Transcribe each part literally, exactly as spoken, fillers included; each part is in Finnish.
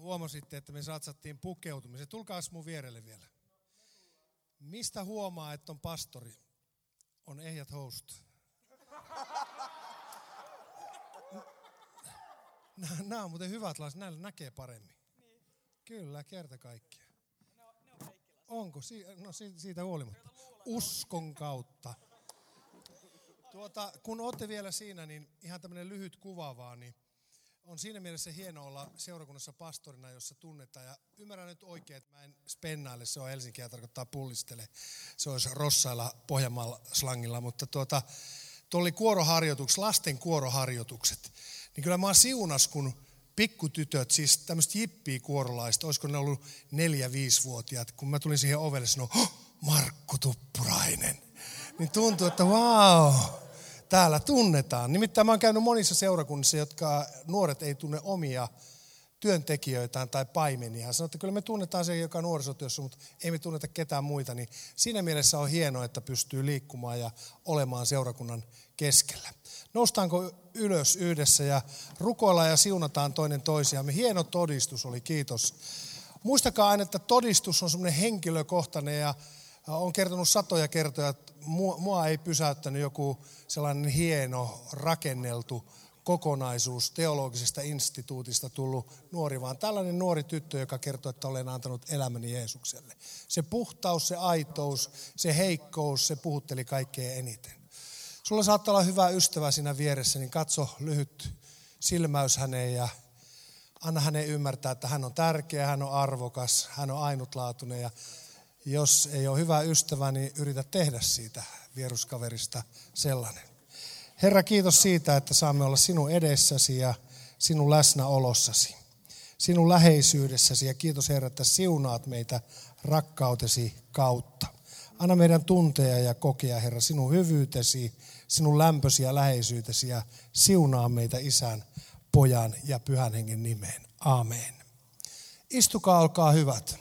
huomasitte, että me satsattiin pukeutumiseen. Tulkaas mun vierelle vielä. Mistä huomaa, että on pastori? On ehjät housut. Nämä on muuten hyvät laiset, näillä näkee paremmin. Niin. Kyllä, kerta kaikkiaan. Ne on, ne on Onko? No siitä huolimatta. Uskon kautta. Tuota, kun olette vielä siinä, niin ihan tämmöinen lyhyt kuva vaan, niin on siinä mielessä hieno olla seurakunnassa pastorina, jossa tunnetaan. Ja ymmärrän nyt oikein, että mä en spennaile, se on Helsinkiä, tarkoittaa pullistele. Se olisi Rossailla Pohjanmaalla slangilla, mutta tuota, tuo oli kuoroharjoitukset, lasten kuoroharjoitukset. Niin kyllä mä oon siunas, kun pikkutytöt, siis tämmöiset jippii-kuorolaiset, olisiko ne ollut neljä-viisivuotiaat, kun mä tulin siihen ovelle sanoa, oh, Markku Tuppurainen. Niin tuntuu, että vau, täällä tunnetaan. Nimittäin mä oon käynyt monissa seurakunnissa, jotka nuoret ei tunne omia työntekijöitään tai paimenia. Sanoin, että kyllä me tunnetaan se, joka on nuorisotyössä, mutta ei me tunneta ketään muita. Niin siinä mielessä on hienoa, että pystyy liikkumaan ja olemaan seurakunnan keskellä. Noustaanko ylös yhdessä ja rukoillaan ja siunataan toinen toisiamme. Hieno todistus oli, kiitos. Muistakaa aina, että todistus on semmoinen henkilökohtainen ja olen kertonut satoja kertoja, että mua ei pysäyttänyt joku sellainen hieno, rakenneltu kokonaisuus teologisesta instituutista tullut nuori, vaan tällainen nuori tyttö, joka kertoo, että olen antanut elämäni Jeesukselle. Se puhtaus, se aitous, se heikkous, se puhutteli kaikkein eniten. Sulla saattaa olla hyvä ystävä siinä vieressä, niin katso lyhyt silmäys häneen ja anna hänen ymmärtää, että hän on tärkeä, hän on arvokas, hän on ainutlaatuinen ja jos ei ole hyvä ystävä, niin yritä tehdä siitä vieruskaverista sellainen. Herra, kiitos siitä, että saamme olla sinun edessäsi ja sinun läsnäolossasi, sinun läheisyydessäsi ja kiitos Herra, että siunaat meitä rakkautesi kautta. Anna meidän tuntea ja kokea, Herra, sinun hyvyytesi, sinun lämpösi ja läheisyytesi ja siunaa meitä Isän, Pojan ja Pyhän Hengen nimeen. Aamen. Istukaa, olkaa hyvät.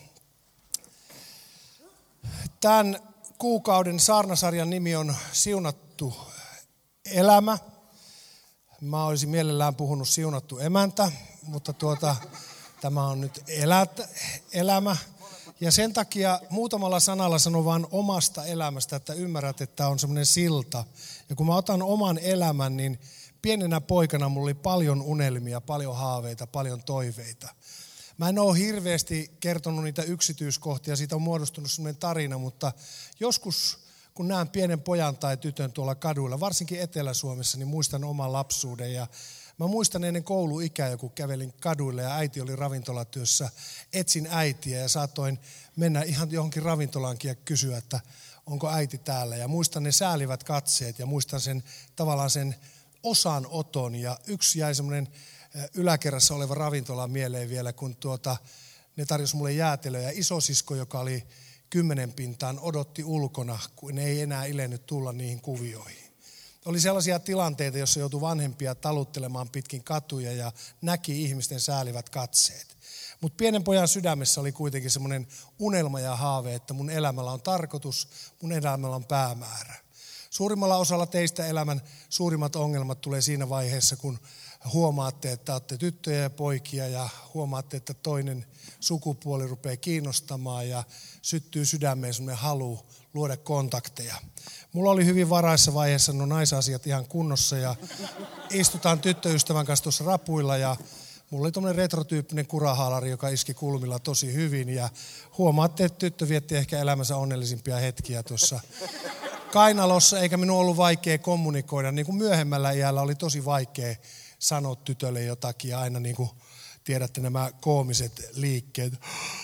Tämän kuukauden saarnasarjan nimi on Siunattu elämä. Mä olisin mielellään puhunut Siunattu emäntä, mutta tuota, tämä on nyt elät, elämä. Ja sen takia muutamalla sanalla sanon vaan omasta elämästä, että ymmärrät, että on semmoinen silta. Ja kun mä otan oman elämän, niin pienenä poikana mulla oli paljon unelmia, paljon haaveita, paljon toiveita. Mä en ole hirveästi kertonut niitä yksityiskohtia, siitä on muodostunut semmoinen tarina, mutta joskus kun näen pienen pojan tai tytön tuolla kaduilla, varsinkin Etelä-Suomessa, niin muistan oman lapsuuden. Ja mä muistan ennen kouluikää, kun kävelin kaduille ja äiti oli ravintolatyössä, etsin äitiä ja saatoin mennä ihan johonkin ravintolaankin ja kysyä, että onko äiti täällä. Ja muistan ne säälivät katseet ja muistan sen tavallaan sen osanoton ja yksi jäi semmoinen yläkerrassa oleva ravintola mieleen vielä, kun tuota, ne tarjosi mulle jäätelöä ja isosisko, joka oli kymmenen pintaan, odotti ulkona, kun ei enää ilennyt tulla niihin kuvioihin. Oli sellaisia tilanteita, joissa joutui vanhempia taluttelemaan pitkin katuja ja näki ihmisten säälivät katseet. Mutta pienen pojan sydämessä oli kuitenkin semmoinen unelma ja haave, että mun elämällä on tarkoitus, mun elämällä on päämäärä. Suurimmalla osalla teistä elämän suurimmat ongelmat tulee siinä vaiheessa, kun huomaatte, että olette tyttöjä ja poikia ja huomaatte, että toinen sukupuoli rupeaa kiinnostamaan ja syttyy sydämeen semmoinen halu luoda kontakteja. Mulla oli hyvin varaissa vaiheessa no naisasiat ihan kunnossa ja istutaan tyttöystävän kanssa tuossa rapuilla ja mulla oli tommoinen retrotyyppinen kurahaalari, joka iski kulmilla tosi hyvin ja huomaatte, että tyttö vietti ehkä elämänsä onnellisimpia hetkiä tuossa kainalossa, eikä minun ollut vaikea kommunikoida. Niin kuin myöhemmällä iällä oli tosi vaikea sanoa tytölle jotakin ja aina niin kuin tiedätte nämä koomiset liikkeet.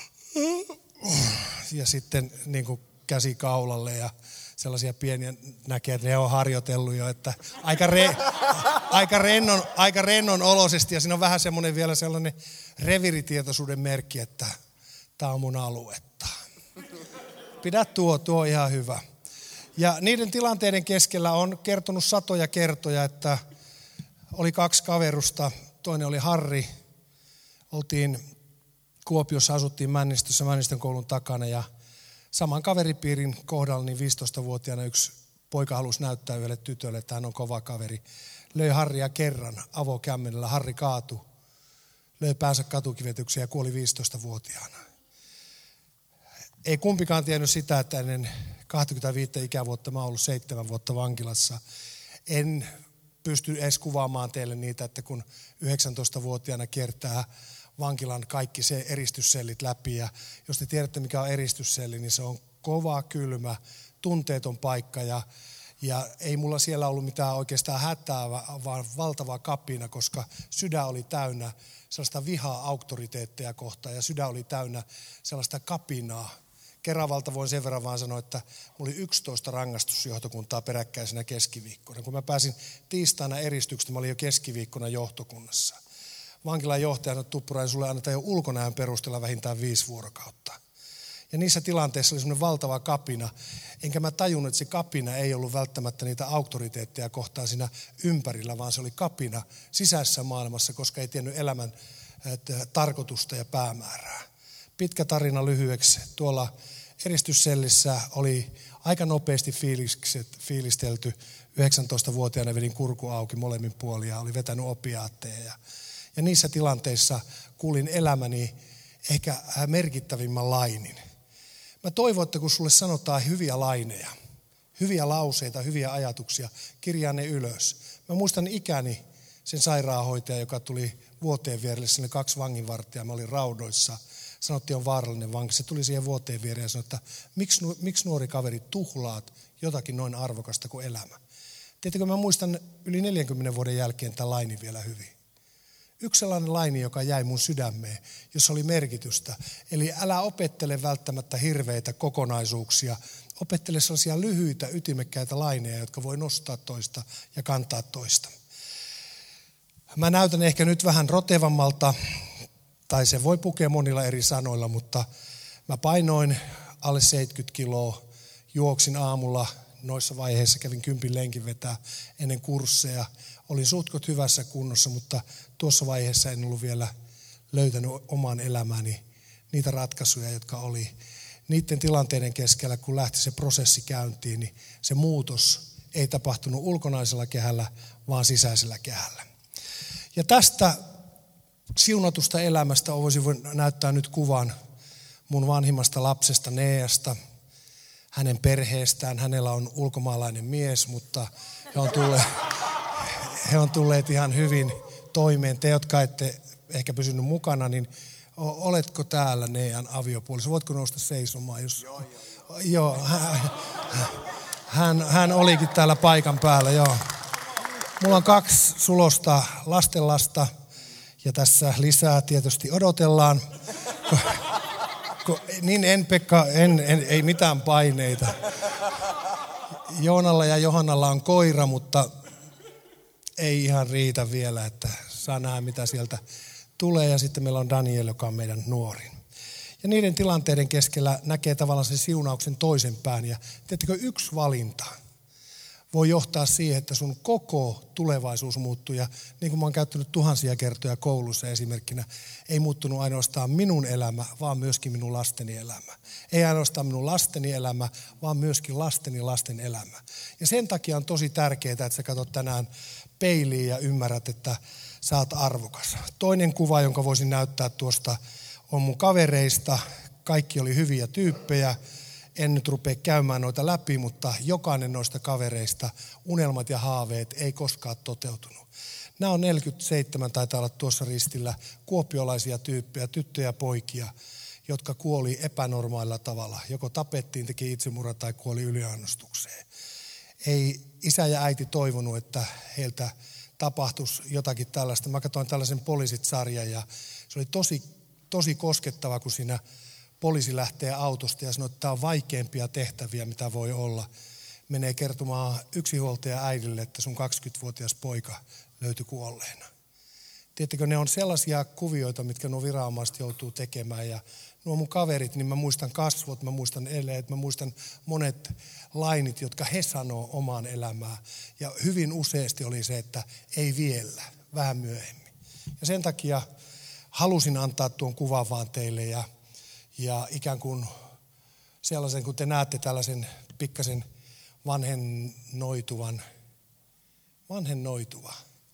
Ja sitten niin kuin käsi kaulalle ja sellaisia pieniä näkee, että ne on harjoitellut jo, että aika, re, aika, rennon, aika rennon olosesti ja siinä on vähän semmoinen vielä sellainen reviritietoisuuden merkki, että tämä on mun aluetta. Pidä tuo, tuo on ihan hyvä. Ja niiden tilanteiden keskellä on kertonut satoja kertoja, että oli kaksi kaverusta, toinen oli Harri, oltiin Kuopiossa, asuttiin Männistössä, Männistön koulun takana ja saman kaveripiirin kohdalla niin viisitoistavuotiaana yksi poika halusi näyttää yhdelle tytölle, että hän on kova kaveri. Löi Harria kerran avokämmenellä, Harri kaatui, löi päänsä katukivetykseen ja kuoli viisitoistavuotiaana. Ei kumpikaan tiennyt sitä, että ennen kaksikymmentäviisi ikävuotta mä oon ollut seitsemän vuotta vankilassa. En pysty edes kuvaamaan teille niitä, että kun yhdeksäntoistavuotiaana kiertää vankilan kaikki se eristyssellit läpi. Ja jos te tiedätte, mikä on eristysselli, niin se on kova, kylmä, tunteeton paikka. Ja, ja ei mulla siellä ollut mitään oikeastaan hätää, vaan valtava kapina, koska sydän oli täynnä sellaista vihaa auktoriteetteja kohtaan ja sydän oli täynnä sellaista kapinaa. Keravalta voin sen verran vaan sanoa, että mulla oli yksitoista rangaistusjohtokuntaa peräkkäisenä keskiviikkona. Kun mä pääsin tiistaina eristyksestä, mä olin jo keskiviikkona johtokunnassa. Vankilan johtajana Tuppurainen sulle annetaan jo ulkonäön perusteella vähintään viisi vuorokautta. Ja niissä tilanteissa oli semmoinen valtava kapina. Enkä mä tajunnut, että se kapina ei ollut välttämättä niitä auktoriteetteja kohtaan siinä ympärillä, vaan se oli kapina sisäisessä maailmassa, koska ei tiennyt elämän tarkoitusta ja päämäärää. Pitkä tarina lyhyeksi. Tuolla eristyssellissä oli aika nopeasti fiilistelty. yhdeksäntoistavuotiaana vedin kurku auki molemmin puolin ja oli vetänyt opiaatteja. Ja, ja niissä tilanteissa kuulin elämäni ehkä merkittävimmän lainin. Mä toivon, että kun sulle sanotaan hyviä laineja, hyviä lauseita, hyviä ajatuksia, kirjaa ne ylös. Mä muistan ikäni sen sairaanhoitaja, joka tuli vuoteen vierelle, sinne kaksi vanginvartijaa, mä olin raudoissa. Sanottiin, on vaarallinen vanki. Se tuli siihen vuoteen viereen ja sanoi, että miksi, miksi nuori kaveri tuhlaat jotakin noin arvokasta kuin elämä. Tiedättekö, mä muistan yli neljänkymmenen vuoden jälkeen tämän lainin vielä hyvin. Yksi sellainen laini, joka jäi mun sydämeen, jossa oli merkitystä. Eli älä opettele välttämättä hirveitä kokonaisuuksia. Opettele sellaisia lyhyitä, ytimekkäitä laineja, jotka voi nostaa toista ja kantaa toista. Mä näytän ehkä nyt vähän rotevammalta, tai se voi pukea monilla eri sanoilla, mutta mä painoin alle seitsemänkymmentä kiloa, juoksin aamulla noissa vaiheissa, kävin kympin lenkin vetää ennen kursseja. Olin sutkot hyvässä kunnossa, mutta tuossa vaiheessa en ollut vielä löytänyt omaan elämääni niitä ratkaisuja, jotka oli. Niiden tilanteiden keskellä, kun lähti se prosessi käyntiin, niin se muutos ei tapahtunut ulkonaisella kehällä, vaan sisäisellä kehällä. Ja tästä siunatusta elämästä voisin näyttää nyt kuvan mun vanhimmasta lapsesta Neasta, hänen perheestään. Hänellä on ulkomaalainen mies, mutta he on tulleet, he on tulleet ihan hyvin toimeen. Te, jotka ette ehkä pysynyt mukana, niin oletko täällä Nean aviopuoliso? Voitko nousta seisomaan? Jos... Joo, joo. joo hän, hän, hän olikin täällä paikan päällä, joo. Mulla on kaksi sulosta lastenlasta. Ja tässä lisää tietysti odotellaan. Ko, ko, niin en Pekka, en, en, ei mitään paineita. Joonalla ja Johannalla on koira, mutta ei ihan riitä vielä, että saa nähdä mitä sieltä tulee. Ja sitten meillä on Daniel, joka on meidän nuorin. Ja niiden tilanteiden keskellä näkee tavallaan sen siunauksen toisen pään. Ja tiedättekö, yksi valinta voi johtaa siihen, että sun koko tulevaisuus muuttuu. Ja niin kuin mä oon käyttänyt tuhansia kertoja koulussa esimerkkinä, ei muuttunut ainoastaan minun elämä, vaan myöskin minun lasteni elämä. Ei ainoastaan minun lasteni elämä, vaan myöskin lasteni lasten elämä. Ja sen takia on tosi tärkeää, että sä katsot tänään peiliin ja ymmärrät, että sä oot arvokas. Toinen kuva, jonka voisin näyttää tuosta, on mun kavereista. Kaikki oli hyviä tyyppejä. En nyt rupea käymään noita läpi, mutta jokainen noista kavereista, unelmat ja haaveet ei koskaan toteutunut. Nämä on neljäkymmentäseitsemän, taitaa olla tuossa ristillä, kuopiolaisia tyyppejä, tyttöjä ja poikia, jotka kuoli epänormaalilla tavalla. Joko tapettiin, teki itsemurha tai kuoli yliannostukseen. Ei isä ja äiti toivonut, että heiltä tapahtuisi jotakin tällaista. Mä katsoin tällaisen Poliisit-sarjan ja se oli tosi, tosi koskettava, kun siinä poliisi lähtee autosta ja sanoo, että tämä on vaikeimpia tehtäviä, mitä voi olla. Menee kertomaan yksinhuoltaja äidille, että sun kaksikymmentävuotias poika löytyi kuolleena. Tiedättekö, ne on sellaisia kuvioita, mitkä nuo viranomaiset joutuu tekemään. Ja nuo mun kaverit, niin mä muistan kasvot, mä muistan eleet, mä muistan monet lainit, jotka he sanoo omaan elämään. Ja hyvin useasti oli se, että ei vielä, vähän myöhemmin. Ja sen takia halusin antaa tuon kuvan vaan teille ja Ja ikään kuin sellaisen, kun te näette tällaisen pikkasen vanhennoituvan, vanhennoituva,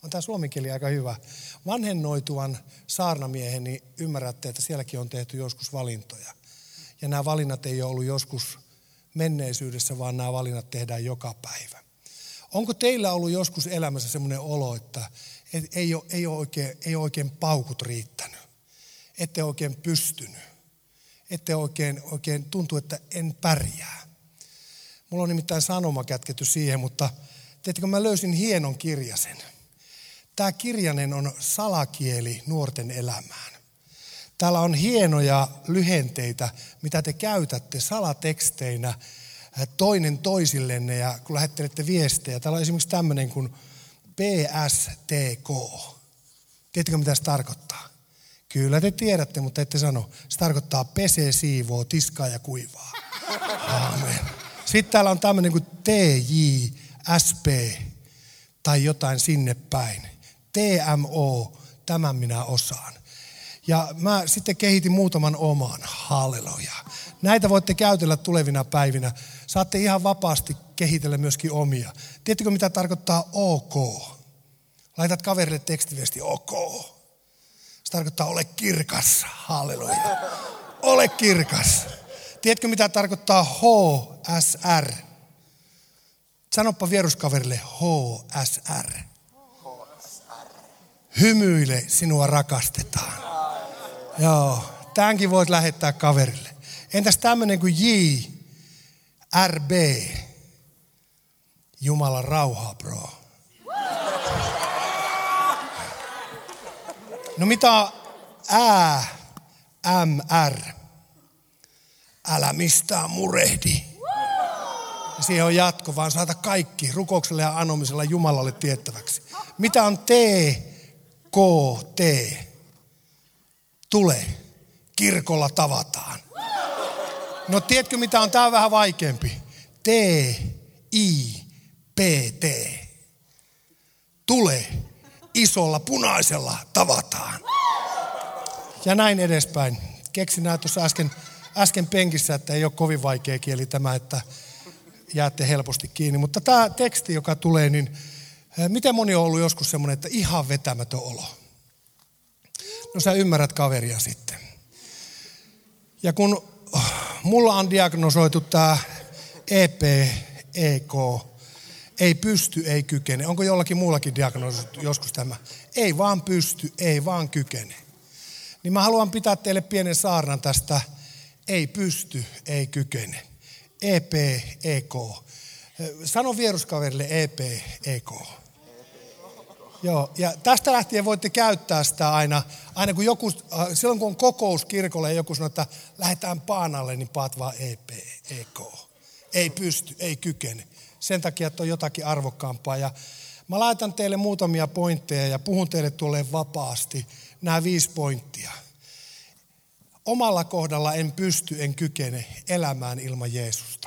On tämä suomenkieli aika hyvä. Vanhennoituvan saarnamiehen, niin ymmärrätte, että sielläkin on tehty joskus valintoja. Ja nämä valinnat ei ole ollut joskus menneisyydessä, vaan nämä valinnat tehdään joka päivä. Onko teillä ollut joskus elämässä semmoinen olo, että ei ole, ei ole, oikein, ei ole oikein paukut riittänyt? Ette oikein pystynyt? Ette oikein, oikein tuntuu, että en pärjää? Mulla on nimittäin sanoma kätketty siihen, mutta tiedättekö, mä löysin hienon kirjasen. Tämä kirjanen on salakieli nuorten elämään. Täällä on hienoja lyhenteitä, mitä te käytätte salateksteinä toinen toisillenne ja kun lähettelette viestejä. Täällä on esimerkiksi tämmöinen kuin P S T K. Tiedättekö, mitä se tarkoittaa? Kyllä te tiedätte, mutta ette sano. Se tarkoittaa pesee, siivoo, tiskaa ja kuivaa. Aamen. Sitten täällä on tämmöinen kuin T J S P tai jotain sinne päin. T M O, tämän minä osaan. Ja mä sitten kehitin muutaman oman. Halleluja. Näitä voitte käytellä tulevina päivinä. Saatte ihan vapaasti kehitellä myöskin omia. Tiedättekö, mitä tarkoittaa OK? Laitat kaverille tekstiviesti OK. Se tarkoittaa ole kirkas. Halleluja. Ole kirkas. Tiedätkö, mitä tarkoittaa H S R? Sanoppa vieruskaverille H S R. Hymyile, sinua rakastetaan. Joo, tämänkin voit lähettää kaverille. Entäs tämmöinen kuin J R B? Jumalan rauhaa, bro. No mitä on Ä M R? Älä mistään murehdi. Ja siihen on jatko, vaan saata kaikki rukouksella ja anomisella Jumalalle tiettäväksi. Mitä on T K T? Tule, kirkolla tavataan. No tiedätkö, mitä on? Tää on vähän vaikeampi. T I P T. Tule, isolla punaisella tavataan. Ja näin edespäin. Keksin nämä tuossa äsken, äsken penkissä, että ei ole kovin vaikea kieli tämä, että jäätte helposti kiinni. Mutta tämä teksti, joka tulee, niin miten moni on ollut joskus semmoinen, että ihan vetämätön olo? No sä ymmärrät kaveria sitten. Ja kun mulla on diagnosoitu tämä E P E K, ei pysty, ei kykene. Onko jollakin muullakin diagnosoitu joskus tämä? Ei vaan pysty, ei vaan kykene. Niin mä haluan pitää teille pienen saarnan tästä ei pysty, ei kykene. E P E K. Sano vieruskaverille E P E K. Joo, ja tästä lähtien voitte käyttää sitä aina, aina kun joku, silloin kun on kokous kirkolla ja joku sanoo, että lähdetään paanalle, niin paat vaan E P E K. Ei pysty, ei kykene. Sen takia, että on jotakin arvokkaampaa. Ja mä laitan teille muutamia pointteja ja puhun teille tuolle vapaasti nämä viisi pointtia. Omalla kohdalla en pysty, en kykene elämään ilman Jeesusta.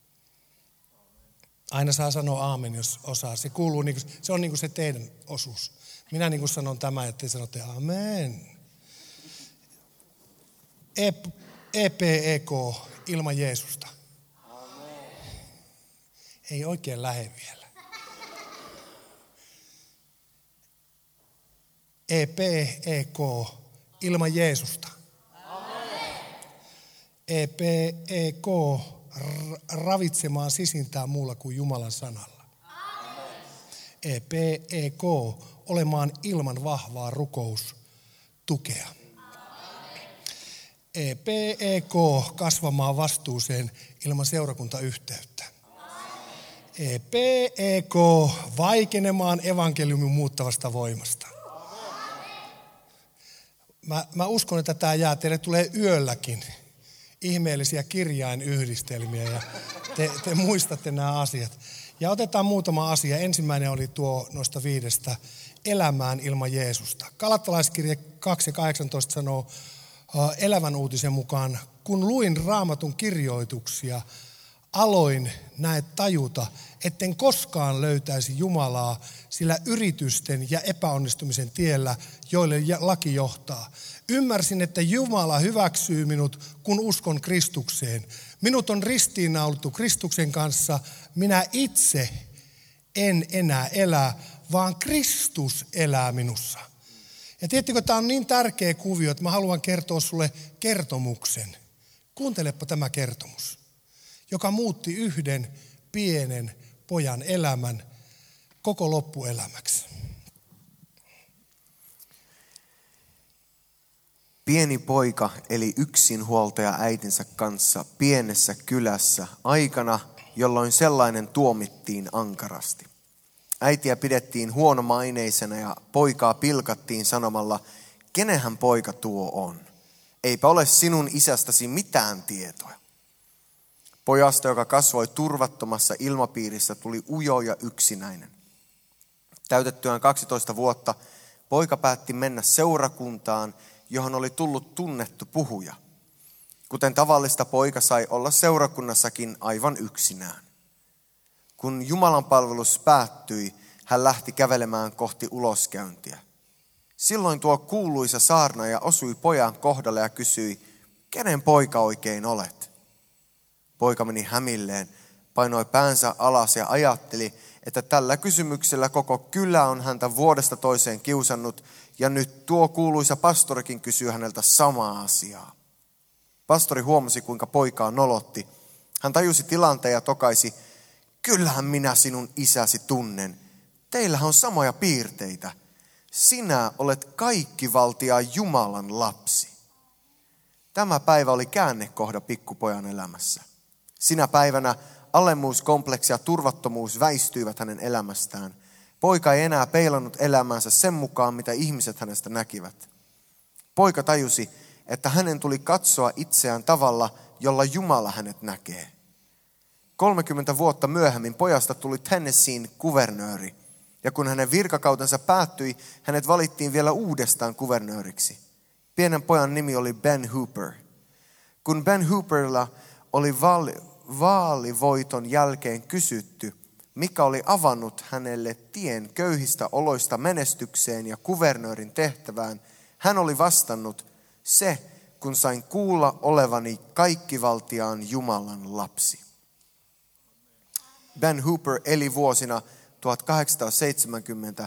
Aina saa sanoa aamen, jos osaa. Se, kuuluu, niin kuin, se on niin kuin se teidän osuus. Minä niin kuin sanon tämän, että te sanotte aamen. E P E K ilman Jeesusta. Amen. Ei oikein lähde vielä. E P E K ilman Jeesusta. Amen. E P E K ravitsemaan sisintää muulla kuin Jumalan sanalla. Amen. E P E K olemaan ilman vahvaa rukoustukea. E P E K kasvamaan vastuuseen ilman seurakuntayhteyttä. E P E K vaikenemaan evankeliumin muuttavasta voimasta. Mä, mä uskon, että tämä jää. Teille tulee yölläkin ihmeellisiä kirjainyhdistelmiä ja te, te muistatte nämä asiat. Ja otetaan muutama asia. Ensimmäinen oli tuo noista viidestä elämään ilman Jeesusta. Galattalaiskirje kaksi ja kahdeksantoista sanoo Elävän uutisen mukaan, kun luin Raamatun kirjoituksia, aloin näet tajuta, etten koskaan löytäisi Jumalaa sillä yritysten ja epäonnistumisen tiellä, joille laki johtaa. Ymmärsin, että Jumala hyväksyy minut, kun uskon Kristukseen. Minut on ristiinnaulittu Kristuksen kanssa. Minä itse en enää elä, vaan Kristus elää minussa. Ja tiedättekö, tämä on niin tärkeä kuvio, että mä haluan kertoa sulle kertomuksen. Kuuntelepa tämä kertomus, joka muutti yhden pienen pojan elämän koko loppuelämäksi. Pieni poika eli yksinhuoltaja äitinsä kanssa pienessä kylässä aikana, jolloin sellainen tuomittiin ankarasti. Äitiä pidettiin huonomaineisena ja poikaa pilkattiin sanomalla, kenenhän poika tuo on? Eipä ole sinun isästäsi mitään tietoa. Pojasta, joka kasvoi turvattomassa ilmapiirissä, tuli ujo ja yksinäinen. Täytettyään kaksitoista vuotta poika päätti mennä seurakuntaan, johon oli tullut tunnettu puhuja. Kuten tavallista, poika sai olla seurakunnassakin aivan yksinään. Kun Jumalan palvelus päättyi, hän lähti kävelemään kohti uloskäyntiä. Silloin tuo kuuluisa saarnaaja osui pojan kohdalle ja kysyi, kenen poika oikein olet? Poika meni hämilleen, painoi päänsä alas ja ajatteli, että tällä kysymyksellä koko kylä on häntä vuodesta toiseen kiusannut, ja nyt tuo kuuluisa pastorikin kysyy häneltä samaa asiaa. Pastori huomasi, kuinka poikaa nolotti. Hän tajusi tilanteen ja tokaisi, kyllähän minä sinun isäsi tunnen. Teillähän on samoja piirteitä. Sinä olet kaikkivaltiaan Jumalan lapsi. Tämä päivä oli käännekohda pikkupojan elämässä. Sinä päivänä alemmuuskompleksi ja turvattomuus väistyivät hänen elämästään. Poika ei enää peilannut elämäänsä sen mukaan, mitä ihmiset hänestä näkivät. Poika tajusi, että hänen tuli katsoa itseään tavalla, jolla Jumala hänet näkee. kolmekymmentä vuotta myöhemmin pojasta tuli Tennesseein kuvernööri, ja kun hänen virkakautensa päättyi, hänet valittiin vielä uudestaan kuvernööriksi. Pienen pojan nimi oli Ben Hooper. Kun Ben Hooperilla oli vaali, vaalivoiton jälkeen kysytty, mikä oli avannut hänelle tien köyhistä oloista menestykseen ja kuvernöörin tehtävään, hän oli vastannut, se kun sain kuulla olevani kaikkivaltiaan Jumalan lapsi. Ben Hooper eli vuosina tuhatkahdeksansataaseitsemänkymmentä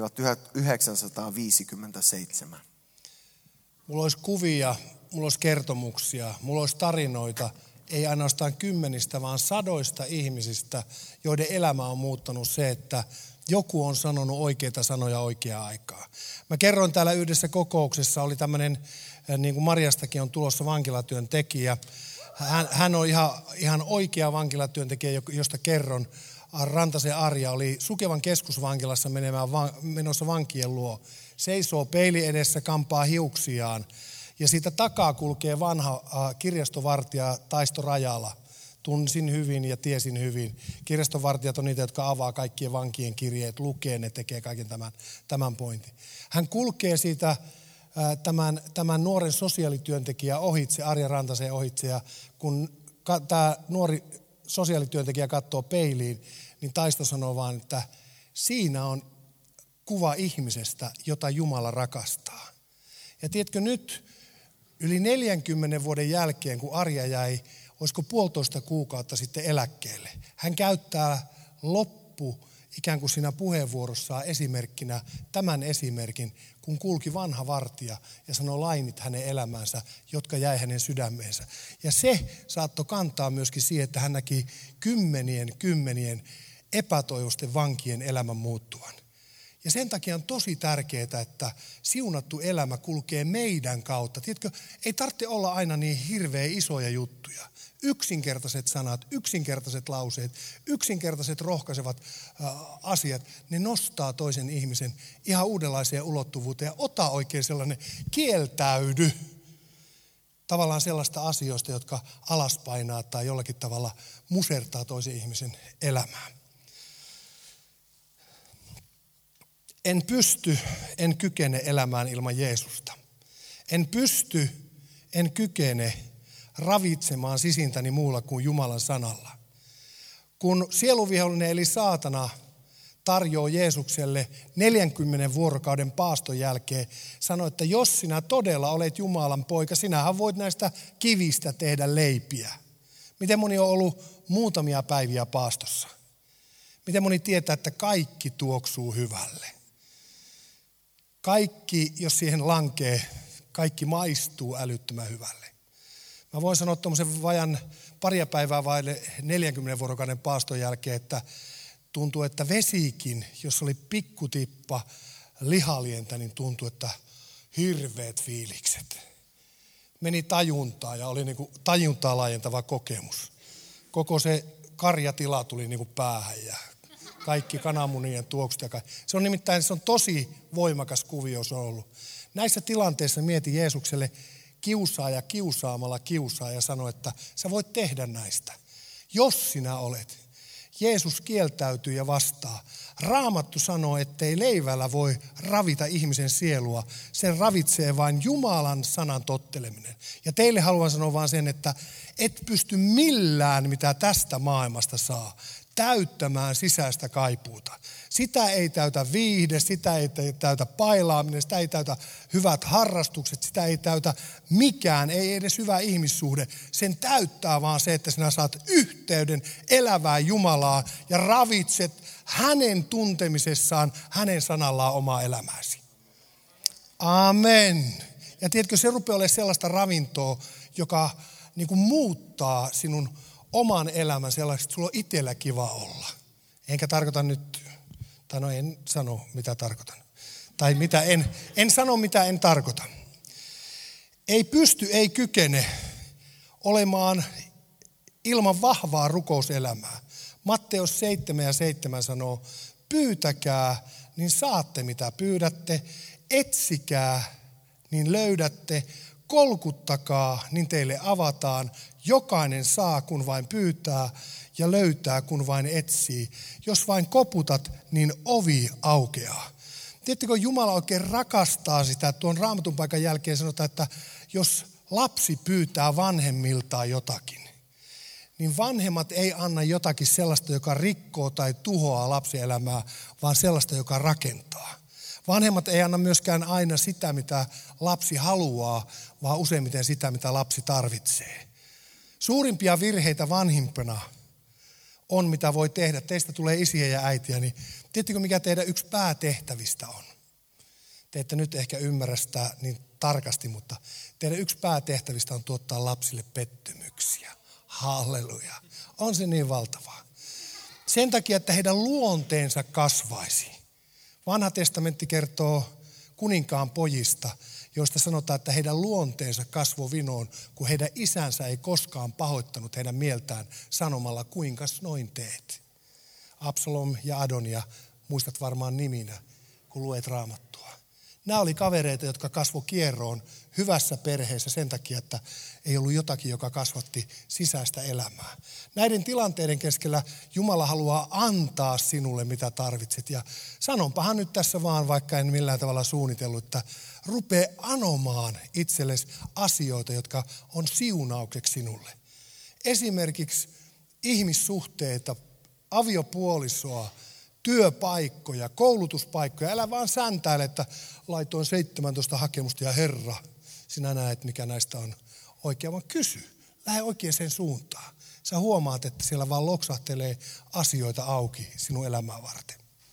yhdeksäntoistasataaviisikymmentäseitsemän. Mulla olisi kuvia, mulla olisi kertomuksia, mulla olisi tarinoita, ei ainoastaan kymmenistä, vaan sadoista ihmisistä, joiden elämä on muuttanut se, että joku on sanonut oikeita sanoja oikeaan aikaan. Mä kerroin täällä yhdessä kokouksessa, oli tämmöinen, niin kuin Marjastakin on tulossa vankilatyöntekijä. Hän, hän on ihan, ihan oikea vankilatyöntekijä, josta kerron. Rantasen Arja oli Sukevan keskusvankilassa menemään, menossa vankien luo. Seisoo peili edessä, kampaa hiuksiaan. Ja siitä takaa kulkee vanha kirjastovartija Taisto Rajala. Tunsin hyvin ja tiesin hyvin. Kirjastovartijat on niitä, jotka avaa kaikkien vankien kirjeet, lukee ne, tekee kaiken tämän, tämän pointin. Hän kulkee siitä tämän, tämän nuoren sosiaalityöntekijän ohitse, Arja Rantasen ohitse. Ja kun ka, tämä nuori sosiaalityöntekijä katsoo peiliin, niin Taisto sanoo vaan, että siinä on kuva ihmisestä, jota Jumala rakastaa. Ja tiedätkö nyt, yli neljänkymmenen vuoden jälkeen, kun Arja jäi, olisiko puolitoista kuukautta sitten eläkkeelle, hän käyttää loppu ikään kuin siinä puheenvuorossaan esimerkkinä tämän esimerkin, kun kulki vanha vartija ja sanoi lainit hänen elämänsä, jotka jäi hänen sydämeensä. Ja se saattoi kantaa myöskin siihen, että hän näki kymmenien, kymmenien epätoivoisten vankien elämän muuttuvan. Ja sen takia on tosi tärkeää, että siunattu elämä kulkee meidän kautta. Tiedätkö, ei tarvitse olla aina niin hirveän isoja juttuja. Yksinkertaiset sanat, yksinkertaiset lauseet, yksinkertaiset rohkaisevat äh, asiat, ne nostaa toisen ihmisen ihan uudenlaiseen ulottuvuuteen. Ja ota oikein sellainen, kieltäydy tavallaan sellaista asioista, jotka alaspainaa tai jollakin tavalla musertaa toisen ihmisen elämää. En pysty, en kykene elämään ilman Jeesusta. En pysty, en kykene ravitsemaan sisintäni muulla kuin Jumalan sanalla. Kun sieluvihollinen eli saatana tarjoaa Jeesukselle neljänkymmenen vuorokauden paaston jälkeen, sanoi, että jos sinä todella olet Jumalan poika, sinähän voit näistä kivistä tehdä leipiä. Miten moni on ollut muutamia päiviä paastossa? Miten moni tietää, että kaikki tuoksuu hyvälle? Kaikki, jos siihen lankee, kaikki maistuu älyttömän hyvälle. Mä voin sanoa tuommoisen vajan paria päivää vaille neljänkymmenen vuorokauden paaston jälkeen, että tuntuu, että vesikin, jos oli pikkutippa lihalientä, niin tuntui, että hirveät fiilikset. Meni tajuntaa ja oli niin kuin tajuntaa laajentava kokemus. Koko se karjatila tuli niin kuin päähän ja kaikki kananmunien tuoksut ja kaikki. Se on nimittäin se on tosi voimakas kuvio se on ollut. Näissä tilanteissa mietin Jeesukselle kiusaa ja kiusaamalla kiusaa ja sanoi, että sä voit tehdä näistä, jos sinä olet. Jeesus kieltäytyy ja vastaa. Raamattu sanoo, ettei leivällä voi ravita ihmisen sielua. Sen ravitsee vain Jumalan sanan totteleminen. Ja teille haluan sanoa vain sen, että et pysty millään, mitä tästä maailmasta saa, täyttämään sisäistä kaipuuta. Sitä ei täytä viihde, sitä ei täytä pailaaminen, sitä ei täytä hyvät harrastukset, sitä ei täytä mikään, ei edes hyvä ihmissuhde. Sen täyttää vaan se, että sinä saat yhteyden elävään Jumalaan ja ravitset hänen tuntemisessaan, hänen sanallaan omaa elämääsi. Amen. Ja tiedätkö, se rupeaa olemaan sellaista ravintoa, joka niin kuin muuttaa sinun oman elämän sellaiseksi, että sulla on itsellä kiva olla. Enkä tarkoita nyt, tai no en sano mitä tarkoitan. Tai mitä en, en sano mitä en tarkoita. Ei pysty, ei kykene olemaan ilman vahvaa rukouselämää. Matteus seitsemän ja seitsemän sanoo, pyytäkää, niin saatte mitä pyydätte, etsikää, niin löydätte, kolkuttakaa, niin teille avataan. Jokainen saa, kun vain pyytää, ja löytää, kun vain etsii. Jos vain koputat, niin ovi aukeaa. Tiedättekö, Jumala oikein rakastaa sitä. Tuon Raamatun paikan jälkeen sanotaan, että jos lapsi pyytää vanhemmiltaan jotakin, niin vanhemmat ei anna jotakin sellaista, joka rikkoo tai tuhoaa lapsielämää, vaan sellaista, joka rakentaa. Vanhemmat ei anna myöskään aina sitä, mitä lapsi haluaa, vaan useimmiten sitä, mitä lapsi tarvitsee. Suurimpia virheitä vanhimpana on, mitä voi tehdä. Teistä tulee isiä ja äitiä, niin tiedättekö, mikä teidän yksi päätehtävistä on? Te ette nyt ehkä ymmärrä sitä niin tarkasti, mutta teidän yksi päätehtävistä on tuottaa lapsille pettymyksiä. Halleluja. On se niin valtavaa. Sen takia, että heidän luonteensa kasvaisi. Vanha testamentti kertoo kuninkaan pojista, joista sanotaan, että heidän luonteensa kasvoi vinoon, kun heidän isänsä ei koskaan pahoittanut heidän mieltään sanomalla, kuinka noin teet. Absalom ja Adonia, muistat varmaan niminä, kun luet Raamattua. Nämä oli kavereita, jotka kasvoi kierroon hyvässä perheessä sen takia, että ei ollut jotakin, joka kasvatti sisäistä elämää. Näiden tilanteiden keskellä Jumala haluaa antaa sinulle, mitä tarvitset. Ja sanonpahan nyt tässä vaan, vaikka en millään tavalla suunnitellut, että rupee anomaan itsellesi asioita, jotka on siunaukseksi sinulle. Esimerkiksi ihmissuhteita, aviopuolisoa, työpaikkoja, koulutuspaikkoja. Älä vaan säntäile, että laitoin seitsemäntoista hakemusta ja Herra, sinä näet, mikä näistä on oikea, vaan kysy. Lähde oikein sen suuntaan. Sä huomaat, että siellä vaan loksahtelee asioita auki sinun elämää varten.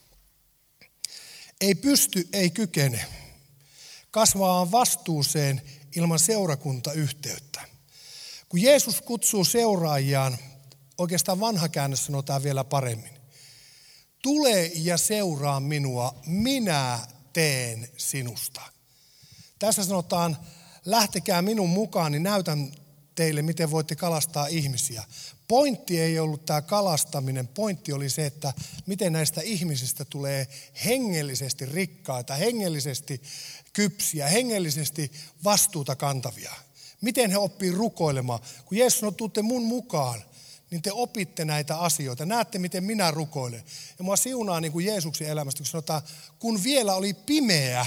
Ei pysty, ei kykene kasvaa vastuuseen ilman seurakuntayhteyttä. Kun Jeesus kutsuu seuraajiaan, oikeastaan vanha käännös sanotaan vielä paremmin. Tule ja seuraa minua, minä teen sinusta. Tässä sanotaan, lähtekää minun mukaan, niin näytän teille, miten voitte kalastaa ihmisiä. Pointti ei ollut tämä kalastaminen, pointti oli se, että miten näistä ihmisistä tulee hengellisesti rikkaita, hengellisesti kypsiä, hengellisesti vastuuta kantavia. Miten he oppii rukoilemaan. Kun Jeesus sanoo, tuutte mun mukaan, niin te opitte näitä asioita. Näette, miten minä rukoilen. Ja mua siunaa niin kuin Jeesuksen elämästä, kun sanotaan, kun vielä oli pimeä.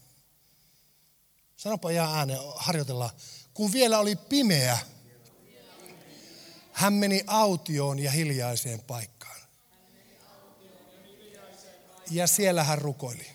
Sanopa ihan ääneen, harjoitellaan. Kun vielä oli pimeä, hän meni autioon ja hiljaiseen paikkaan. Ja siellä hän rukoili.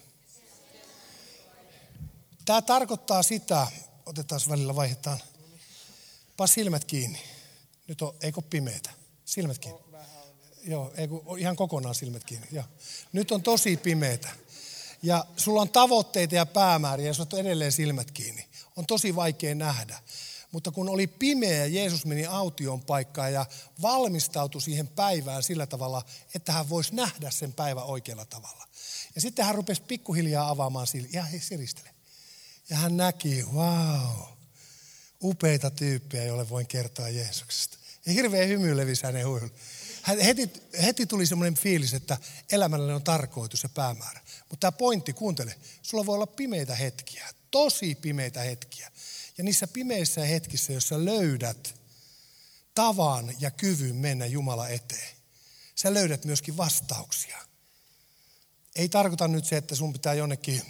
Tämä tarkoittaa sitä, otetaan välillä vaihdetaan. Pas silmät kiinni. Nyt on, eikö ole pimeätä? Silmät kiinni. Joo, ei kun ihan kokonaan silmät kiinni. Joo. Nyt on tosi pimeätä. Ja sulla on tavoitteita ja päämääriä ja sulla on edelleen silmät kiinni. On tosi vaikea nähdä. Mutta kun oli pimeä, Jeesus meni autioon paikkaan ja valmistautui siihen päivään sillä tavalla, että hän voisi nähdä sen päivän oikealla tavalla. Ja sitten hän rupesi pikkuhiljaa avaamaan silmiä. Ja hei, siristele. Ja hän näki, wow, upeita tyyppejä, joille voin kertoa Jeesuksesta. Ja hirveän hymy levisi hänen huilulle. Heti, heti tuli semmoinen fiilis, että elämällä on tarkoitus ja päämäärä. Mutta tämä pointti, kuuntele, sulla voi olla pimeitä hetkiä, tosi pimeitä hetkiä. Ja niissä pimeissä hetkissä, jossa löydät tavan ja kyvyn mennä Jumala eteen, sä löydät myöskin vastauksia. Ei tarkoita nyt se, että sun pitää jonnekin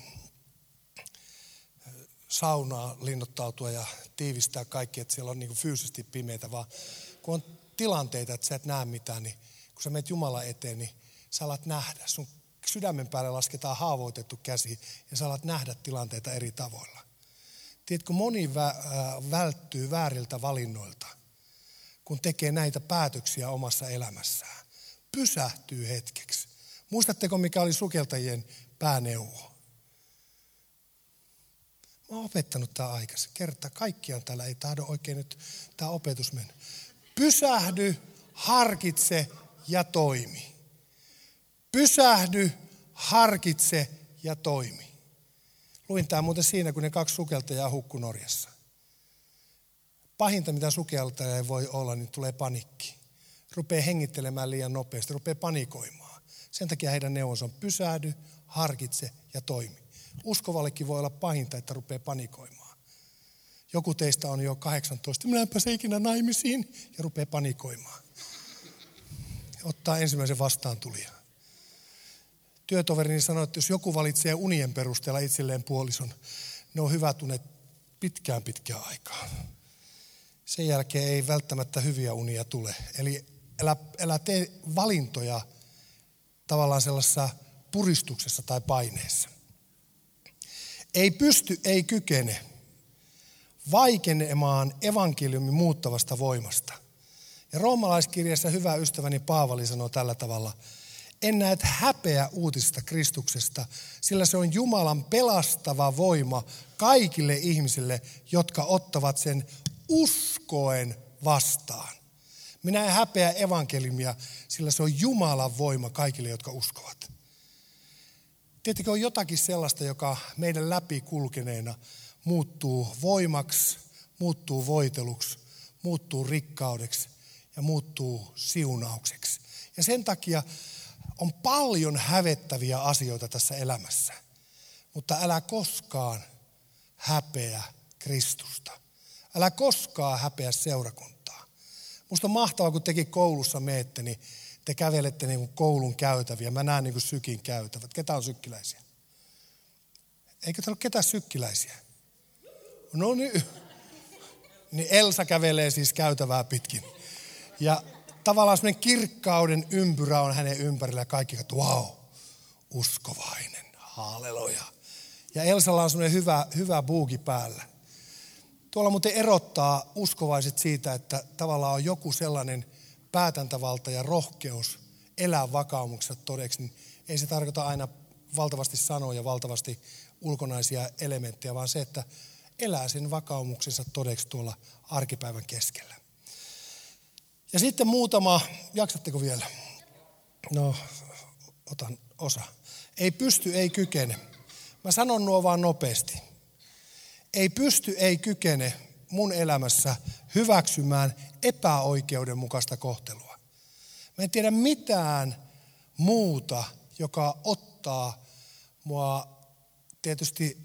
saunaa linnoittautua ja tiivistää kaikki, että siellä on niin kuin fyysisesti pimeitä, vaan kun on tilanteita, että sä et näe mitään, niin kun sä menet Jumala eteen, niin sä alat nähdä. Sun sydämen päälle lasketaan haavoitettu käsi ja sä alat nähdä tilanteita eri tavoilla. Tiedätkö, moni vä- välttyy vääriltä valinnoilta, kun tekee näitä päätöksiä omassa elämässään. Pysähtyy hetkeksi. Muistatteko, mikä oli sukeltajien pääneuvo? Mä oon opettanut tämä aikaisemmin. Kerta kaikkiaan täällä ei tahdo oikein nyt tämä opetus mennä. Pysähdy, harkitse ja toimi. Pysähdy, harkitse ja toimi. Luin tämä muuten siinä, kun ne kaksi sukeltajaa hukkui Norjassa. Pahinta, mitä sukeltaja ei voi olla, niin tulee panikki. Rupeaa hengittelemään liian nopeasti, rupeaa panikoimaan. Sen takia heidän neuvonsa on pysähdy, harkitse ja toimi. Uskovallekin voi olla pahinta, että rupeaa panikoimaan. Joku teistä on jo kahdeksantoista, minä en pääse ikinä naimisiin, ja rupeaa panikoimaan. Ottaa ensimmäisen vastaantulijan. Työtoverini sanoi, että jos joku valitsee unien perusteella itselleen puolison, ne on hyvät unet pitkään pitkään aikaan. Sen jälkeen ei välttämättä hyviä unia tule. Eli älä, älä tee valintoja tavallaan sellaisessa puristuksessa tai paineessa. Ei pysty, ei kykene vaikenemaan evankeliumin muuttavasta voimasta. Ja roomalaiskirjassa hyvä ystäväni Paavali sanoo tällä tavalla: en näet häpeä uutisesta Kristuksesta, sillä se on Jumalan pelastava voima kaikille ihmisille, jotka ottavat sen uskoen vastaan. Minä en häpeä evankeliumia, sillä se on Jumalan voima kaikille, jotka uskovat. Tiedättekö, on jotakin sellaista, joka meidän läpi kulkeneena muuttuu voimaksi, muuttuu voiteluksi, muuttuu rikkaudeksi ja muuttuu siunaukseksi. Ja sen takia on paljon hävettäviä asioita tässä elämässä, mutta älä koskaan häpeä Kristusta. Älä koskaan häpeä seurakuntaa. Musta on mahtavaa, kun tekin koulussa meette, niin te kävelette niin kuin koulun käytäviä. Mä näen niin kuin sykin käytävät. Ketä on sykkiläisiä? Eikö täällä ole ketään sykkiläisiä? No niin. Niin Elsa kävelee siis käytävää pitkin. Ja tavallaan semmoinen kirkkauden ympyrä on hänen ympärillä ja kaikki katsoo, wow, uskovainen, halleluja. Ja Elsalla on semmoinen hyvä, hyvä buuki päällä. Tuolla muuten erottaa uskovaiset siitä, että tavallaan on joku sellainen päätäntävalta ja rohkeus elää vakaumuksessa todeksi. Niin ei se tarkoita aina valtavasti sanoja, valtavasti ulkonaisia elementtejä, vaan se, että elää sen vakaumuksensa todeksi tuolla arkipäivän keskellä. Ja sitten muutama, jaksatteko vielä? No, otan osa. Ei pysty, ei kykene. Mä sanon nuo vaan nopeasti. Ei pysty, ei kykene mun elämässä hyväksymään epäoikeudenmukaista kohtelua. Mä en tiedä mitään muuta, joka ottaa mua tietysti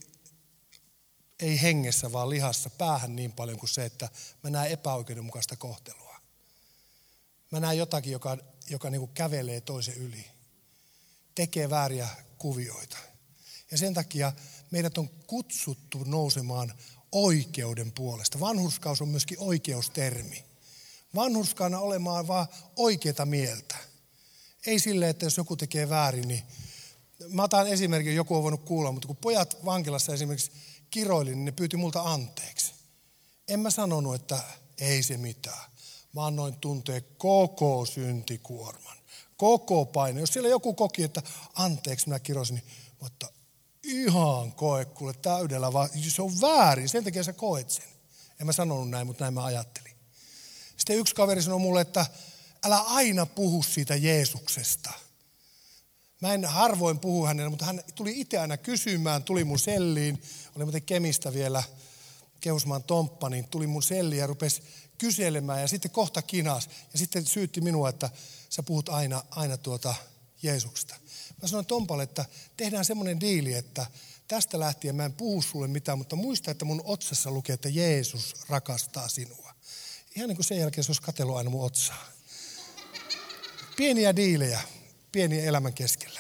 ei hengessä, vaan lihassa päähän niin paljon kuin se, että mä näen epäoikeudenmukaista kohtelua. Mä näen jotakin, joka, joka niin kuin kävelee toisen yli, tekee vääriä kuvioita. Ja sen takia meidät on kutsuttu nousemaan oikeuden puolesta. Vanhurskaus on myöskin oikeustermi. Vanhurskaana olemaan vaan oikeata mieltä. Ei silleen, että jos joku tekee väärin, niin mä otan esimerkin, joku on voinut kuulla, mutta kun pojat vankilassa esimerkiksi kiroili, niin ne pyyti multa anteeksi. En mä sanonut, että ei se mitään. Mä annoin tuntea koko syntikuorman. Koko paino. Jos siellä joku koki, että anteeksi minä kirosin, niin mutta ihan koe kuule täydellä, vaan se on väärin, sen takia sä koet sen. En mä sanonut näin, mutta näin mä ajattelin. Sitten yksi kaveri sanoi mulle, että älä aina puhu siitä Jeesuksesta. Mä en harvoin puhu hänelle, mutta hän tuli itse aina kysymään, tuli mun selliin, oli muuten Kemistä vielä, Kehusmaan Tomppa, niin tuli mun selliin ja rupesi kyselemään ja sitten kohta kinas. Ja sitten syytti minua, että sä puhut aina, aina tuota Jeesuksesta. Mä sanoin Tompalle, että tehdään semmoinen diili, että tästä lähtien mä en puhu sulle mitään, mutta muista, että mun otsassa lukee, että Jeesus rakastaa sinua. Ihan niin kuin sen jälkeen se olisi katsellut aina mun otsaa. Pieniä diilejä, pieniä elämän keskellä.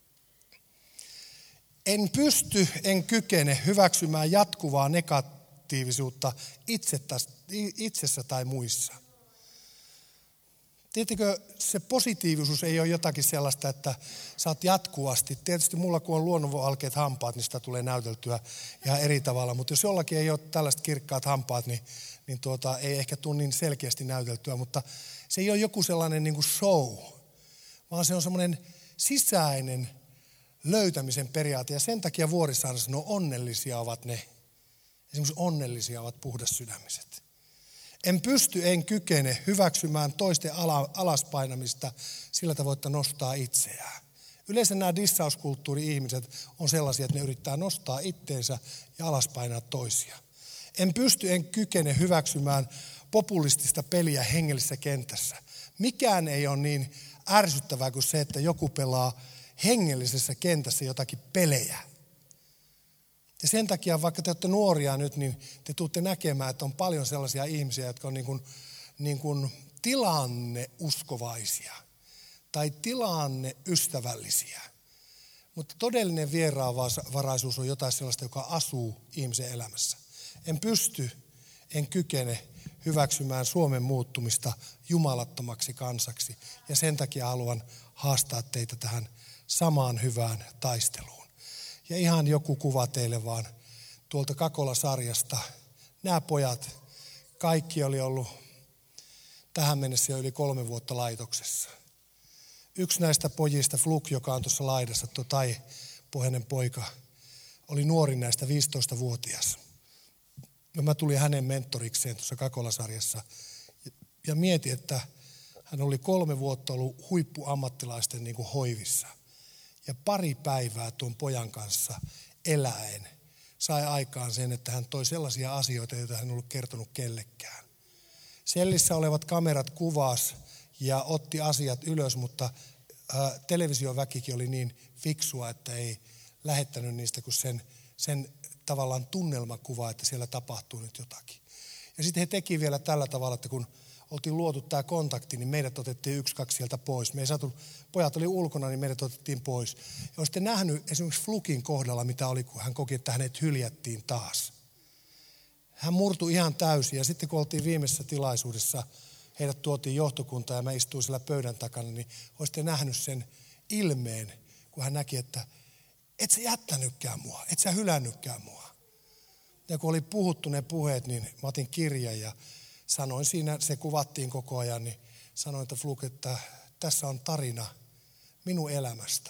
En pysty, en kykene hyväksymään jatkuvaa negatiivisuutta itsessä tai muissa. Tiedättekö, se positiivisuus ei ole jotakin sellaista, että sä oot jatkuvasti. Tietysti mulla kun on luonnonalkeet hampaat, niin sitä tulee näyteltyä ihan eri tavalla. Mutta jos jollakin ei ole tällaiset kirkkaat hampaat, niin, niin tuota, ei ehkä tule niin selkeästi näyteltyä. Mutta se ei ole joku sellainen niin kuin show, vaan se on semmoinen sisäinen löytämisen periaate. Ja sen takia Vuorisaari sanoo, onnellisia ovat ne. Esimerkiksi onnellisia ovat puhdassydämiset. En pysty, en kykene hyväksymään toisten alaspainamista sillä tavoin, että nostaa itseään. Yleensä nämä dissauskulttuuri-ihmiset on sellaisia, että ne yrittää nostaa itteensä ja alaspainaa toisia. En pysty, en kykene hyväksymään populistista peliä hengellisessä kentässä. Mikään ei ole niin ärsyttävää kuin se, että joku pelaa hengellisessä kentässä jotakin pelejä. Ja sen takia, vaikka te olette nuoria nyt, niin te tuutte näkemään, että on paljon sellaisia ihmisiä, jotka on niin kuin, niin kuin tilanneuskovaisia tai tilanneystävällisiä. Mutta todellinen vieraanvaraisuus on jotain sellaista, joka asuu ihmisen elämässä. En pysty, en kykene hyväksymään Suomen muuttumista jumalattomaksi kansaksi. Ja sen takia haluan haastaa teitä tähän samaan hyvään taisteluun. Ja ihan joku kuva teille vaan tuolta Kakola-sarjasta. Nämä pojat, kaikki oli ollut tähän mennessä jo yli kolme vuotta laitoksessa. Yksi näistä pojista, Fluk, joka on tuossa laidassa, tuo tai-pohjainen poika, oli nuori näistä viisitoistavuotias. Ja mä tulin hänen mentorikseen tuossa Kakola-sarjassa ja mietin, että hän oli kolme vuotta ollut huippuammattilaisten niin kuin hoivissa. Ja pari päivää tuon pojan kanssa eläen sai aikaan sen, että hän toi sellaisia asioita, joita hän ei ollut kertonut kellekään. Sellissä olevat kamerat kuvasi ja otti asiat ylös, mutta ä, televisioväkikin oli niin fiksua, että ei lähettänyt niistä kuin sen, sen tavallaan tunnelmakuvaa, että siellä tapahtuu nyt jotakin. Ja sitten he teki vielä tällä tavalla, että kun oltiin luotu tämä kontakti, niin meidät otettiin yksi, kaksi sieltä pois. Me ei saatu, pojat oli ulkona, niin meidät otettiin pois. Ja olisitte nähnyt esimerkiksi Flukin kohdalla, mitä oli, kun hän koki, että hänet hyljättiin taas. Hän murtui ihan täysin ja sitten kun oltiin viimeisessä tilaisuudessa, heidät tuotiin johtokuntaan ja mä istuin siellä pöydän takana, niin olisitte nähnyt sen ilmeen, kun hän näki, että et sä jättänytkään mua, et sä hylännytkään mua. Ja kun oli puhuttu ne puheet, niin mä otin kirjan ja sanoin siinä, se kuvattiin koko ajan, niin sanoin, että Fluk, että tässä on tarina minun elämästä.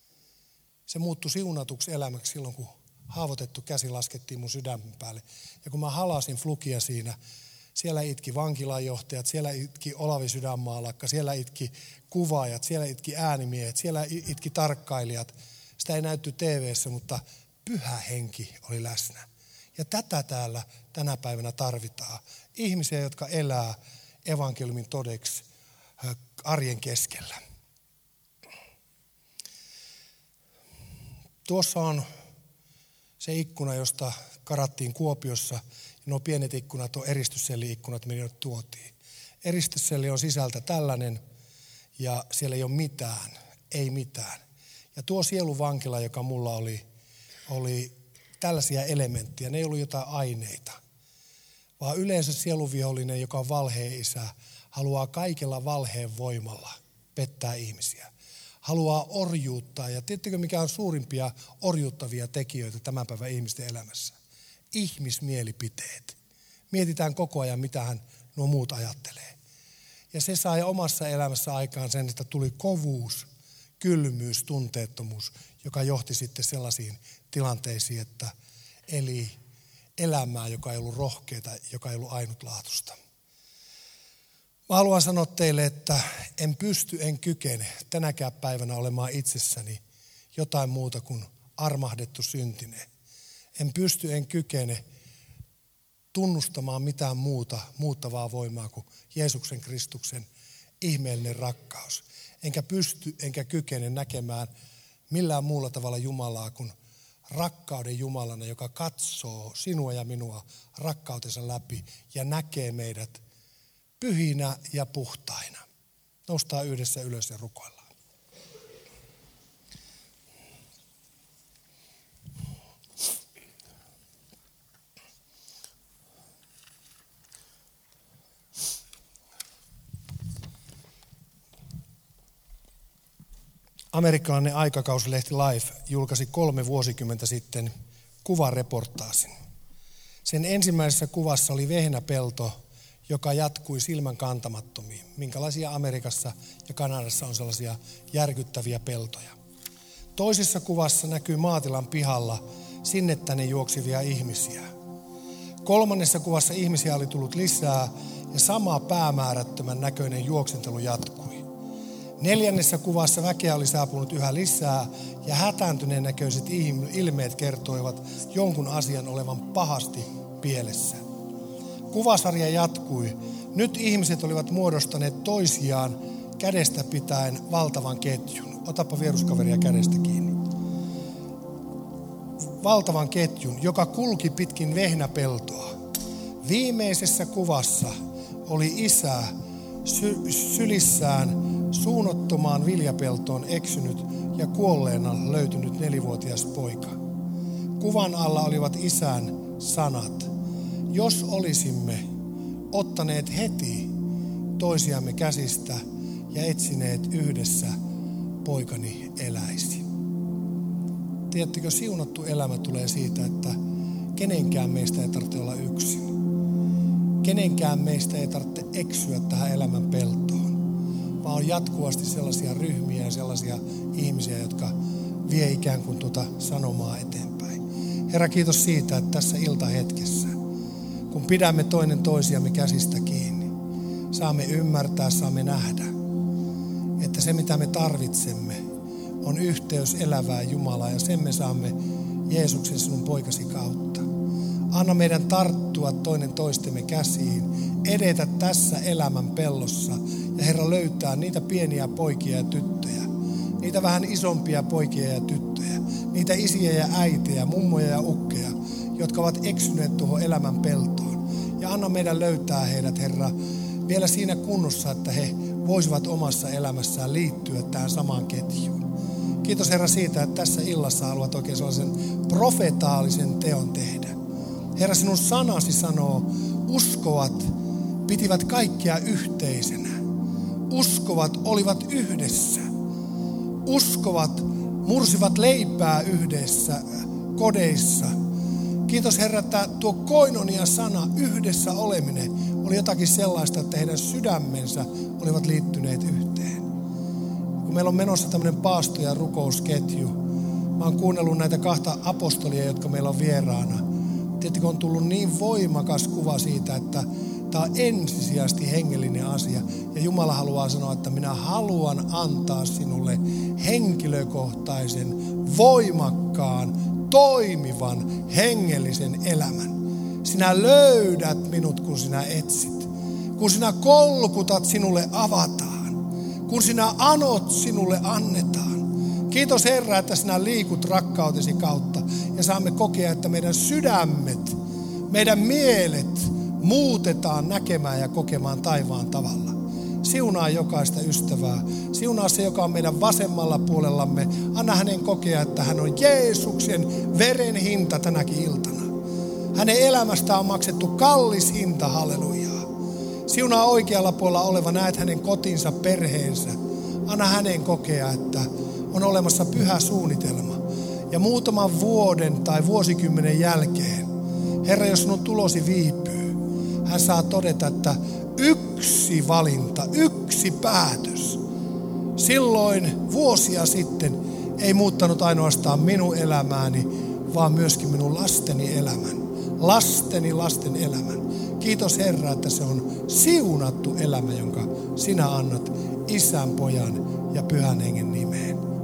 Se muuttui siunatuksi elämäksi silloin, kun haavoitettu käsi laskettiin mun sydämen päälle. Ja kun mä halasin Flukia siinä, siellä itki vankilajohtajat, siellä itki Olavi Sydänmaalakka, siellä itki kuvaajat, siellä itki äänimiehet, siellä itki tarkkailijat. Sitä ei näytty T V:ssä, mutta pyhä henki oli läsnä. Ja tätä täällä tänä päivänä tarvitaan. Ihmisiä, jotka elää evankeliumin todeksi arjen keskellä. Tuossa on se ikkuna, josta karattiin Kuopiossa. Nuo pienet ikkunat on eristysselli-ikkunat, mitä nyt tuotiin. Eristysselli on sisältä tällainen ja siellä ei ole mitään, ei mitään. Ja tuo sieluvankila, joka mulla oli, oli tällaisia elementtejä. Ne ei ollut jotain aineita, vaan yleensä sieluvihollinen, joka on valheen isä, haluaa kaikella valheen voimalla pettää ihmisiä. Haluaa orjuuttaa. Ja tiedättekö, mikä on suurimpia orjuuttavia tekijöitä tämän päivän ihmisten elämässä? Ihmismielipiteet. Mietitään koko ajan, mitä hän nuo muut ajattelee. Ja se sai omassa elämässä aikaan sen, että tuli kovuus, kylmyys, tunteettomuus, joka johti sitten sellaisiin tilanteisiin, että eli elämää, joka ei ollut rohkeata, joka ei ollut ainutlaatuista. Mä haluan sanoa teille, että en pysty, en kykene tänäkään päivänä olemaan itsessäni jotain muuta kuin armahdettu syntinen. En pysty, en kykene tunnustamaan mitään muuta muuttavaa voimaa kuin Jeesuksen Kristuksen ihmeellinen rakkaus. Enkä pysty, enkä kykene näkemään millään muulla tavalla Jumalaa kuin rakkauden Jumalana, joka katsoo sinua ja minua rakkautensa läpi ja näkee meidät pyhinä ja puhtaina. Noustaan yhdessä ylös ja rukoillaan. Amerikkalainen aikakausilehti Life julkaisi kolme vuosikymmentä sitten kuvareportaasin. Sen ensimmäisessä kuvassa oli vehnäpelto, joka jatkui silmän kantamattomiin. Minkälaisia Amerikassa ja Kanadassa on sellaisia järkyttäviä peltoja. Toisessa kuvassa näkyy maatilan pihalla sinne tänne juoksivia ihmisiä. Kolmannessa kuvassa ihmisiä oli tullut lisää ja sama päämäärättömän näköinen juoksentelu jatkui. Neljännessä kuvassa väkeä oli saapunut yhä lisää ja hätääntyneen näköiset ilmeet kertoivat jonkun asian olevan pahasti pielessä. Kuvasarja jatkui. Nyt ihmiset olivat muodostaneet toisiaan kädestä pitäen valtavan ketjun. Otapa vieruskaveria kädestä kiinni. Valtavan ketjun, joka kulki pitkin vehnäpeltoa. Viimeisessä kuvassa oli isä sy- sylissään suunnattomaan viljapeltoon eksynyt ja kuolleena löytynyt nelivuotias poika. Kuvan alla olivat isän sanat. Jos olisimme ottaneet heti toisiamme käsistä ja etsineet yhdessä, poikani eläisi. Tiedättekö, siunattu elämä tulee siitä, että kenenkään meistä ei tarvitse olla yksin. Kenenkään meistä ei tarvitse eksyä tähän elämän peltoon, vaan on jatkuvasti sellaisia ryhmiä ja sellaisia ihmisiä, jotka vie ikään kuin tuota sanomaa eteenpäin. Herra, kiitos siitä, että tässä iltahetkessä, kun pidämme toinen toisiamme käsistä kiinni, saamme ymmärtää, saamme nähdä, että se mitä me tarvitsemme on yhteys elävää Jumalaa ja sen me saamme Jeesuksen sinun poikasi kautta. Anna meidän tarttua toinen toistemme käsiin, edetä tässä elämän pellossa ja Herra löytää niitä pieniä poikia ja tyttöjä, niitä vähän isompia poikia ja tyttöjä, niitä isiä ja äitejä, mummoja ja ukkeja, jotka ovat eksyneet tuohon elämän peltoon. Ja anna meidän löytää heidät, Herra, vielä siinä kunnossa, että he voisivat omassa elämässään liittyä tähän samaan ketjuun. Kiitos Herra siitä, että tässä illassa haluat oikein sellaisen profetaalisen teon tehdä. Herra, sinun sanasi sanoo, uskovat pitivät kaikkia yhteisenä. Uskovat olivat yhdessä. Uskovat mursivat leipää yhdessä kodeissa. Kiitos Herra, että tuo koinonia sana, yhdessä oleminen, oli jotakin sellaista, että heidän sydämensä olivat liittyneet yhteen. Kun meillä on menossa tämmöinen paasto- ja rukousketju, mä oon kuunnellut näitä kahta apostolia, jotka meillä on vieraana. Tietenkin on tullut niin voimakas kuva siitä, että tämä on ensisijaisesti hengellinen asia. Ja Jumala haluaa sanoa, että minä haluan antaa sinulle henkilökohtaisen, voimakkaan, toimivan, hengellisen elämän. Sinä löydät minut, kun sinä etsit. Kun sinä kolkutat, sinulle avataan. Kun sinä anot, sinulle annetaan. Kiitos Herra, että sinä liikut rakkautesi kautta ja saamme kokea, että meidän sydämet, meidän mielet muutetaan näkemään ja kokemaan taivaan tavalla. Siunaa jokaista ystävää. Siunaa se, joka on meidän vasemmalla puolellamme. Anna hänen kokea, että hän on Jeesuksen veren hinta tänäkin iltana. Hänen elämästään on maksettu kallis hinta, hallelujaa. Siunaa oikealla puolella oleva, näet hänen kotinsa, perheensä. Anna hänen kokea, että on olemassa pyhä suunnitelma. Ja muutaman vuoden tai vuosikymmenen jälkeen, Herra, jos sinun tulosi viipyy, hän saa todeta, että yksi valinta, yksi päätös. Silloin vuosia sitten ei muuttanut ainoastaan minun elämääni, vaan myöskin minun lasteni elämän. Lasteni lasten elämän. Kiitos Herra, että se on siunattu elämä, jonka sinä annat Isän, Pojan ja Pyhän Hengen nimeen.